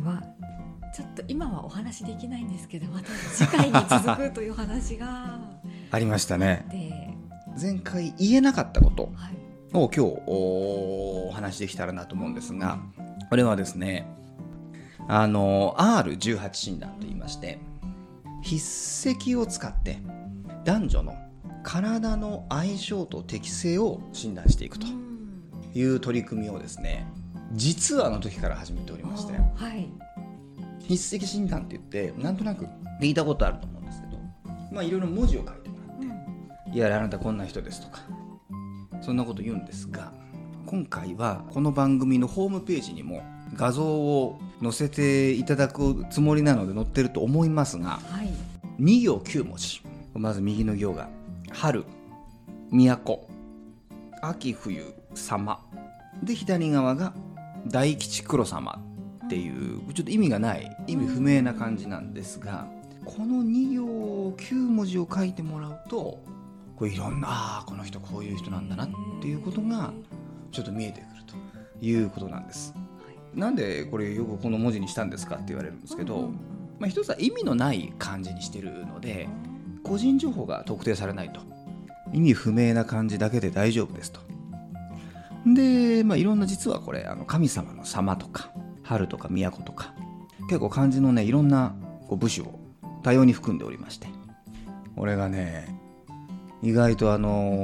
はちょっと今はお話できないんですけど、また次回に続くという話がありましたね。 で、 前回言えなかったことはい、 を今日お話しできたらなと思うんですが、これはですね、R18 診断といいまして、筆跡を使って男女の体の相性と適性を診断していくという取り組みをですね、実はあの時から始めておりまして、 はい、 筆跡診断って言ってなんとなく聞いたことあると思うんですけど、まあいろいろ文字を書いてもらって、いやあなたこんな人ですとかそんなこと言うんですが、今回はこの番組のホームページにも画像を載せていただくつもりなので載ってると思いますが、 はい、 2行9文字、まず右の行が春、都、秋冬、様で、左側が大吉黒様っていうちょっと意味がない意味不明な感じなんですが、この2行9文字を書いてもらうとこういろんなこの人こういう人なんだなっていうことがちょっと見えてくるということなんです。なんでこれよくこの文字にしたんですかって言われるんですけど、まあ、一つは意味のない漢字にしてるので個人情報が特定されないと、意味不明な漢字だけで大丈夫ですと。で、まあ、いろんな実はこれ神様の様とか春とか都とか結構漢字のねいろんなこう部首を多様に含んでおりまして、俺がね意外と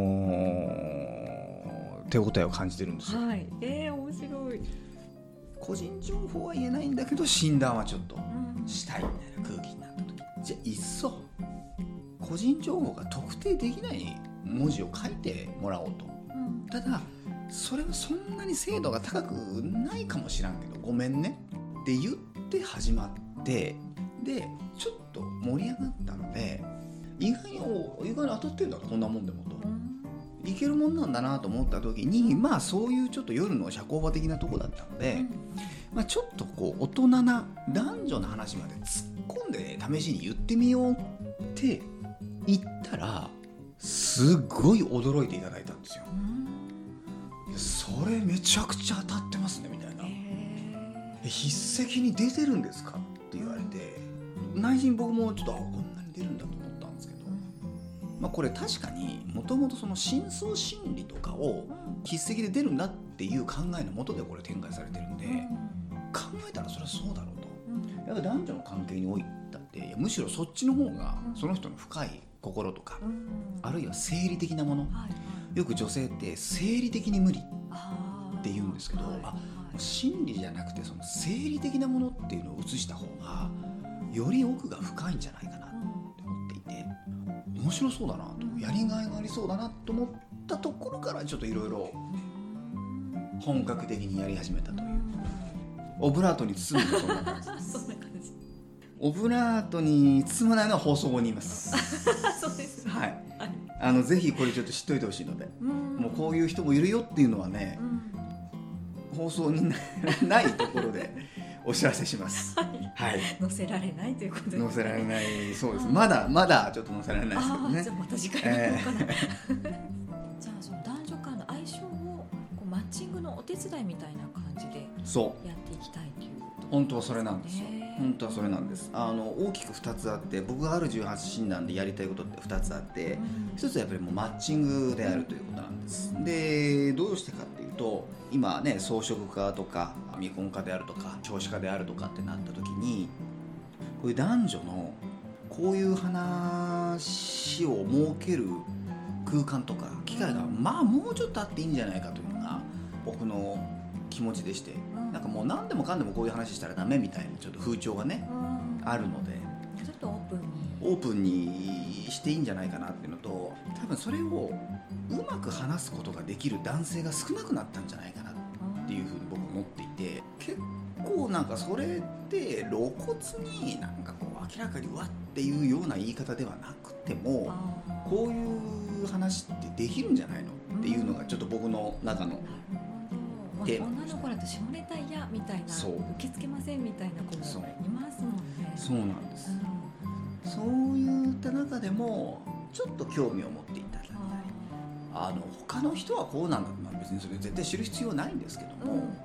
手応えを感じてるんですよ。 はい、面白い。 個人情報は言えないんだけど診断はちょっとしたいみたいな空気になった時、じゃあいっそ個人情報が特定できない文字を書いてもらおうと、ただそれはそんなに精度が高くないかもしらんけどごめんねって言って始まって、でちょっと盛り上がったので意外に当たってんだこんなもんでもと、いけるもんなんだなと思った時に、まあそういうちょっと夜の社交場的なとこだったので、まあ、ちょっとこう大人な男女の話まで突っ込んで試しに言ってみようって言ったらすごい驚いていただいたんですよ。それめちゃくちゃ当たってますねみたいな、筆跡に出てるんですかって言われて、内心僕もちょっとこんなに出るんだと思ったんですけど、まあ、これ確かにもともとその深層心理とかを筆跡で出るんだっていう考えのもとでこれ展開されてるんで、考えたらそれはそうだろうと、やっぱ男女の関係においてってむしろそっちの方がその人の深い心とか、あるいは生理的なもの、よく女性って生理的に無理って言うんですけど、心理じゃなくてその生理的なものっていうのを映した方がより奥が深いんじゃないかなって思っていて、面白そうだなと、やりがいがありそうだなと思ったところからちょっといろいろ本格的にやり始めたという、オブラートに包むのそんな感じですそんな感じ。オブラートに包まないのは放送後に言いますそうですね、 はい、ぜひこれちょっと知っといてほしいので、もうこういう人もいるよっていうのはね、放送にないところでお知らせしますはい、 載せられないということですね。 載せられない、そうです、まだちょっと載せられないですけどね。 じゃあまた次回の方かな、じゃあその男女間の相性をこうマッチングのお手伝いみたいな感じでやっていきたいということですね。 本当はそれなんですよ。本当はそれなんです。大きく2つあって、僕がR18診断でやりたいことって2つあって、1つはやっぱりもうマッチングであるということなんです。でどうしてかっていうと、今ね草食家とか未婚家であるとか少子化であるとかってなった時に、こういう男女のこういう話を設ける空間とか機会がまあもうちょっとあっていいんじゃないかというのが僕の気持ちでして、なんかもう何でもかんでもこういう話したらダメみたいなちょっと風潮がね、あるので、 ちょっとオープンにしていいんじゃないかなっていうのと、多分それをうまく話すことができる男性が少なくなったんじゃないかなっていうふうに僕は思っていて、結構なんかそれって露骨になんかこう明らかにわっていうような言い方ではなくても、こういう話ってできるんじゃないのっていうのがちょっと僕の中の女の子だと下ネタ嫌みたいな、受け付けませんみたいな子もいますもんね。 そうなんです、そういった中でもちょっと興味を持っていただいたり、他の人はこうなんだと、別にそれ絶対知る必要ないんですけども、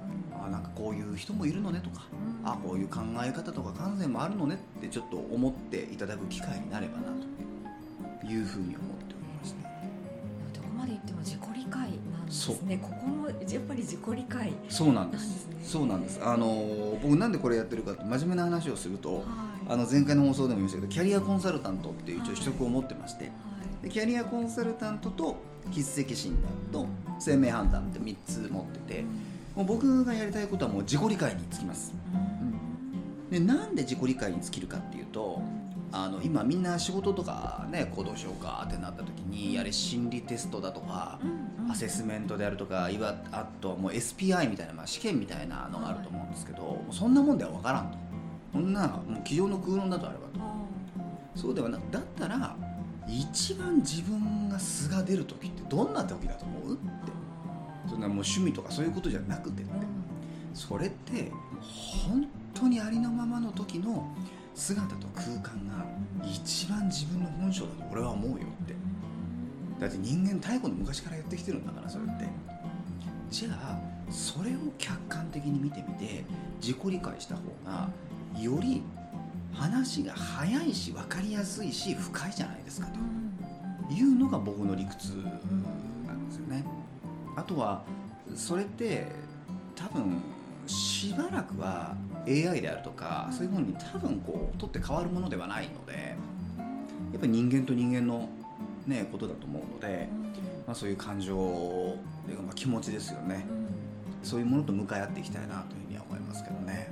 なんかこういう人もいるのねとか、こういう考え方とか感性もあるのねってちょっと思っていただく機会になればなというふうに思っておりますね。 どこまでいっても自己理解なんですね。ここもやっぱり自己理解なんですね。 そうなんです。そうなんです。僕なんでこれやってるかって真面目な話をすると、前回の放送でも言いましたけど、キャリアコンサルタントっていう一応取得を持ってまして、でキャリアコンサルタントと筆跡診断と生命判断って3つ持ってて、もう僕がやりたいことはもう自己理解につきます。でなんで自己理解に尽きるかっていうと、今みんな仕事とかね、行動しようかってなった時にやれ心理テストだとか、アセスメントであるとか、あとはもう SPI みたいな、試験みたいなのがあると思うんですけど、もうそんなもんでは分からんと、こんなもう机上の空論だとあればと、そうではなく、だったら一番自分が素が出る時ってどんな時だと思うって、そんなもう趣味とかそういうことじゃなくてって、それって本当にありのままの時の姿と空間が一番自分の本性だと俺は思うよって。だって人間太古の昔からやってきてるんだから、それって。じゃあそれを客観的に見てみて自己理解した方がより話が早いし分かりやすいし深いじゃないですかというのが僕の理屈なんですよね。あとはそれって多分しばらくは AI であるとかそういうものに多分こう取って変わるものではないので、やっぱり人間と人間の、ね、ことだと思うので、そういう感情というか、気持ちですよね、そういうものと向かい合っていきたいなというふうには思いますけどね。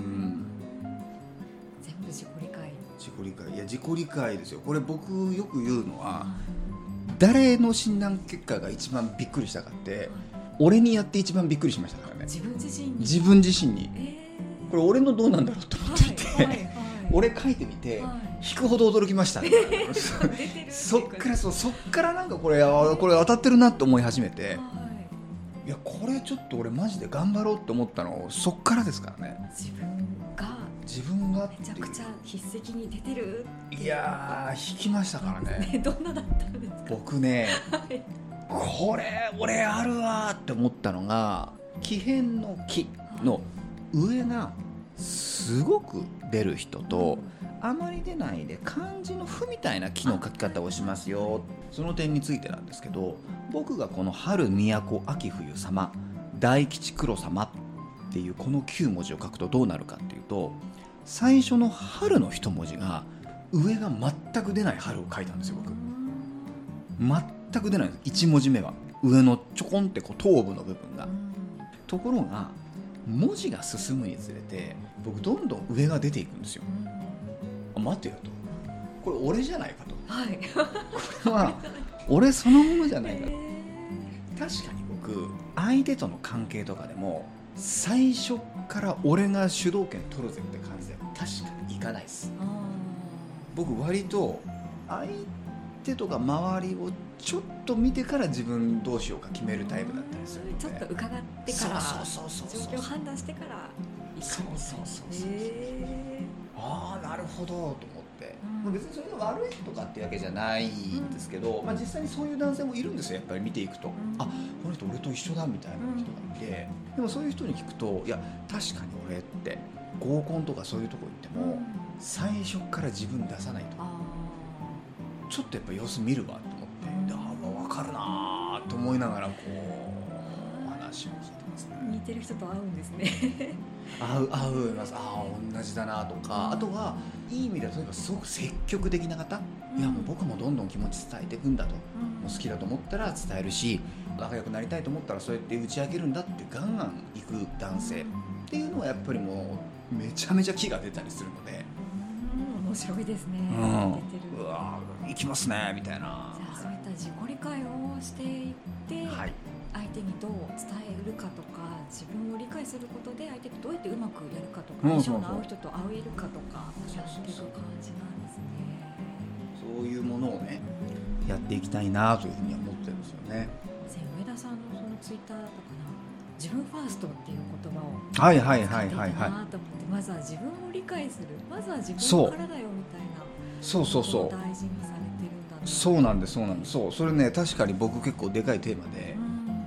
全部自己理解。 自己理解、いや自己理解ですよ。これ僕よく言うのは、誰の診断結果が一番びっくりしたかって、俺にやって一番びっくりしましたからね。 自分自身に。 自分自身に、これ俺のどうなんだろうと思っていて、俺書いてみて、引くほど驚きましたね。そっからなんかこれ当たってるなって思い始めて、いやこれちょっと俺マジで頑張ろうって思ったのそっからですからね。自分がめちゃくちゃ筆跡に出てる。 いや引きましたからね。 どんなだったんですか。 僕ね、これ俺あるわって思ったのが、木偏の木の上がすごく出る人と、あまり出ないで漢字の符みたいな木の書き方をしますよ。その点についてなんですけど、僕がこの春都秋冬様大吉黒様っていうこの9文字を書くとどうなるかっていうと、最初の春の一文字が上が全く出ない春を書いたんですよ。僕全く出ないんです。1文字目は上のちょこんってこう頭部の部分が。ところが文字が進むにつれて僕どんどん上が出ていくんですよ。待てよと、これ俺じゃないかと、これは俺そのものじゃないかと。確かに僕相手との関係とかでも最初から俺が主導権取るぜって感じでは確かにいかないです。僕割と相手とか周りをちょっと見てから自分どうしようか決めるタイプだったりするので、 ちょっと伺ってから、状況を判断してから行く。 なるほどと思って、別にそれが悪いとかってわけじゃないんですけど、実際にそういう男性もいるんですよ。やっぱり見ていくと、この人俺と一緒だみたいな人がいて、でもそういう人に聞くと、いや確かに俺って合コンとかそういうとこ行っても、最初から自分出さないとちょっとやっぱ様子見るわと思って、分かるなと思いながらこう話を聞いてますね。 似てる人と会うんですね。 合います。同じだなとか、あとはいい意味ではとにかくすごく積極的な方、いやもう僕もどんどん気持ち伝えていくんだと、もう好きだと思ったら伝えるし、仲良くなりたいと思ったらそうやって打ち明けるんだってガンガン行く男性っていうのはやっぱりもうめちゃめちゃ気が出たりするので、 面白いですね。出てる。 行きますねみたいな。 じゃあそういった自己理解をしていって、相手にどう伝えるかとか、自分を理解することで相手とどうやってうまくやるかとか、相性の合う人と会えるかとかやっていく感じなんですね。 そういうものをね、やっていきたいなというふうに思ってるんですよね。 上田さんのそのツイッターだったかな、自分ファーストっていう言葉を使っていたなと思って、まずは自分を理解する、まずは自分からだよみたいな、 そう大事にされてるんだな。 そうなんです。それね、確かに僕結構でかいテーマで、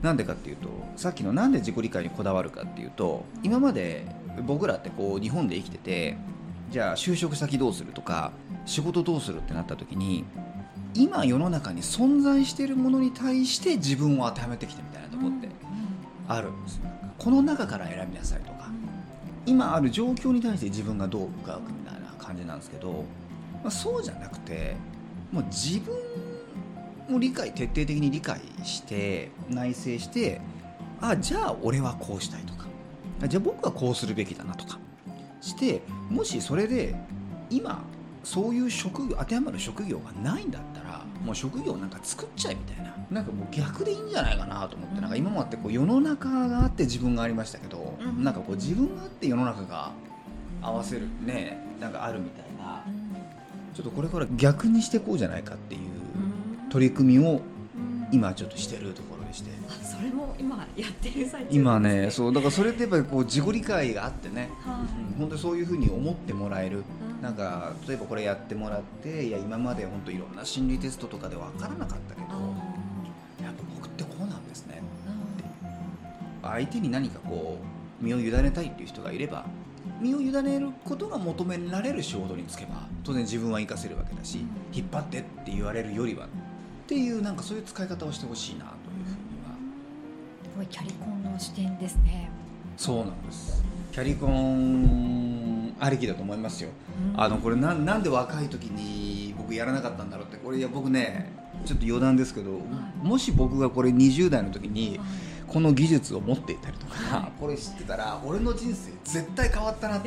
なんでかっていうと、さっきのなんで自己理解にこだわるかっていうと、今まで僕らってこう日本で生きてて、じゃあ就職先どうするとか仕事どうするってなった時に、今世の中に存在しているものに対して自分を当てはめてきたみたいなところってあるんです。この中から選びなさいとか、今ある状況に対して自分がどう向かうかみたいな感じなんですけど、そうじゃなくて、もう自分を徹底的に理解して内省して、じゃあ俺はこうしたいとか、じゃあ僕はこうするべきだなとかして、もしそれで今そういう職業当てはまる職業がないんだったら、もう職業なんか作っちゃえみたいな、なんかもう逆でいいんじゃないかなと思って、なんか今までこう世の中があって自分がありましたけど、なんかこう自分があって世の中が合わせるね、なんかあるみたいな、ちょっとこれから逆にしていこうじゃないかっていう取り組みを今ちょっとしてるところでして、 それも今やってる最中ですね。 今ね、そうだからそれってやっぱりこう自己理解があってね、本当にそういうふうに思ってもらえる、なんか例えばこれやってもらって、いや今まで本当いろんな心理テストとかで分からなかったけど、やっぱ僕ってこうなんですねって相手に何かこう身を委ねたいっていう人がいれば、身を委ねることが求められる仕事に就けば当然自分は活かせるわけだし、引っ張ってって言われるよりはっていう、なんかそういう使い方をしてほしいなというふうには。 すごいキャリコンの視点ですね。 そうなんです。キャリコンありきだと思いますよ。これなんで若い時に僕やらなかったんだろうって、これいや僕ねちょっと余談ですけど、もし僕がこれ20代の時にこの技術を持っていたりとか、これ知ってたら俺の人生絶対変わったなって、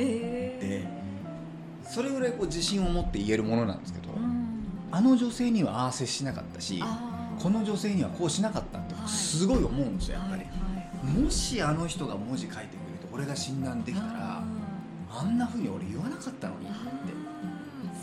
それぐらいこう自信を持って言えるものなんですけど、あの女性にはああ接しなかったし、この女性にはこうしなかったってすごい思うんですよやっぱり。もしあの人が文字書いてくれて俺が診断できたら、あんな風に俺言わなかったのにって、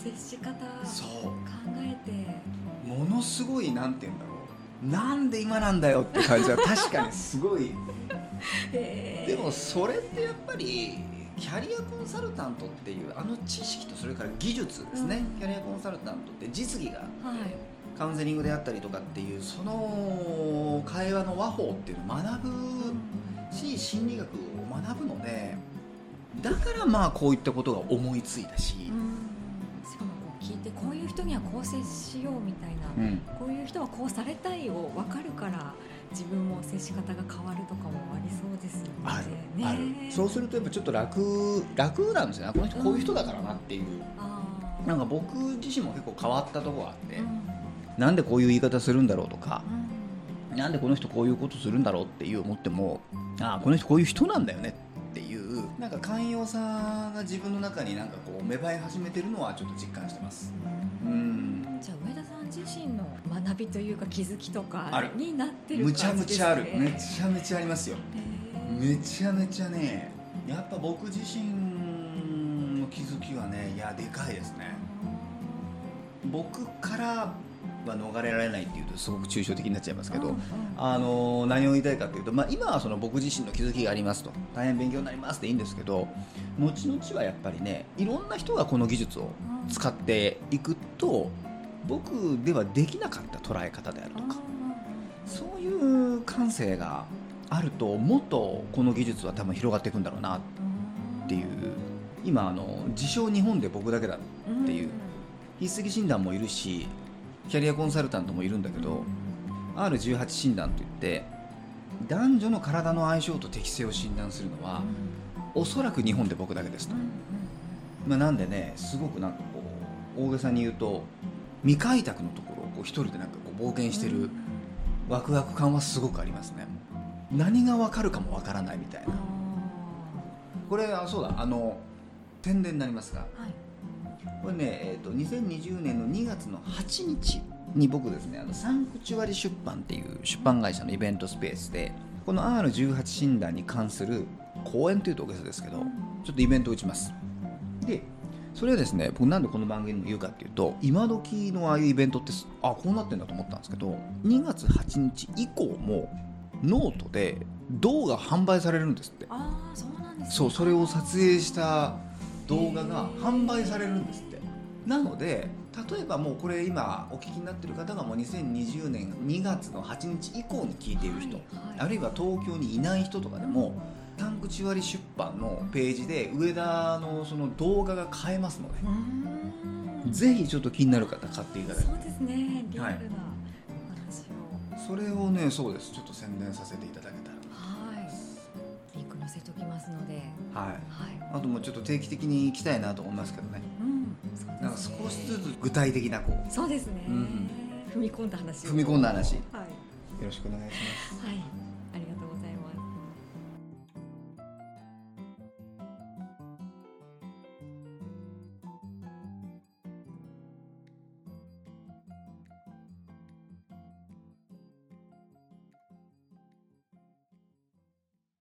接し方そう考えて、 ものすごいなんて言うんだろう、なんで今なんだよって感じは確かにすごいでもそれってやっぱりキャリアコンサルタントっていうあの知識とそれから技術ですね、キャリアコンサルタントって実技があって、カウンセリングであったりとかっていうその会話の話法っていうのを学ぶし、心理学を学ぶので、だからまあこういったことが思いついたし、しかもこう聞いて、こういう人にはこう接しようみたいな、こういう人はこうされたいを分かるから自分も接し方が変わるとかもありそうですよね。 ある。そうするとやっぱちょっと楽なんですよね。この人こういう人だからなっていう、なんか僕自身も結構変わったところがあって、なんでこういう言い方するんだろうとか、なんでこの人こういうことするんだろうっていう思っても、この人こういう人なんだよねっていう、なんか寛容さが自分の中になんかこう芽生え始めてるのはちょっと実感してます。 じゃあ上田さん自身の学びというか気づきとかになってる感じですね。むちゃむちゃある。めちゃめちゃありますよ。めちゃめちゃね、やっぱ僕自身の気づきはね、いやでかいですね。僕からは逃れられないっていうとすごく抽象的になっちゃいますけど、何を言いたいかというと、今はその僕自身の気づきがありますと、大変勉強になりますっていいんですけど、後々はやっぱりね、いろんな人がこの技術を使っていくと、僕ではできなかった捉え方であるとか、そういう感性があると、もっとこの技術は多分広がっていくんだろうなっていう。今自称日本で僕だけだっていう筆跡診断もいるし、キャリアコンサルタントもいるんだけど、R18 診断といって男女の体の相性と適性を診断するのは、おそらく日本で僕だけですと。なんでね、すごくなんかこう大げさに言うと未開拓のところをこう一人でなんかこう冒険してるワクワク感はすごくありますね。何が分かるかも分からないみたいな。これそうだ、宣伝になりますが、これね、2020年の2月の8日に僕ですね、サンクチュアリ出版っていう出版会社のイベントスペースで、この R18 診断に関する講演というと大げさですけど、ちょっとイベントを打ちます。でそれはですね、僕なんでこの番組にも言うかっていうと、今時のああいうイベントってこうなってんだと思ったんですけど、2月8日以降もノートで動画販売されるんですって。 そうなんですね。 それを撮影した動画が販売されるんですって。なので例えばもうこれ今お聞きになってる方がもう2020年2月の8日以降に聞いている人、あるいは東京にいない人とかでも、サンクチュアリ出版のページで上田のその動画が買えますので、ぜひちょっと気になる方買っていただいて。 そうですね、リアルなお話を、 それをね、そうです、ちょっと宣伝させていただけたら、 リンク載せておきますので、 あともうちょっと定期的に行きたいなと思いますけどね。 そうですね、 なんか少しずつ具体的なこう、 そうですね、踏み込んだ話を、 踏み込んだ話、よはい、 ろしくお願いします。 はい。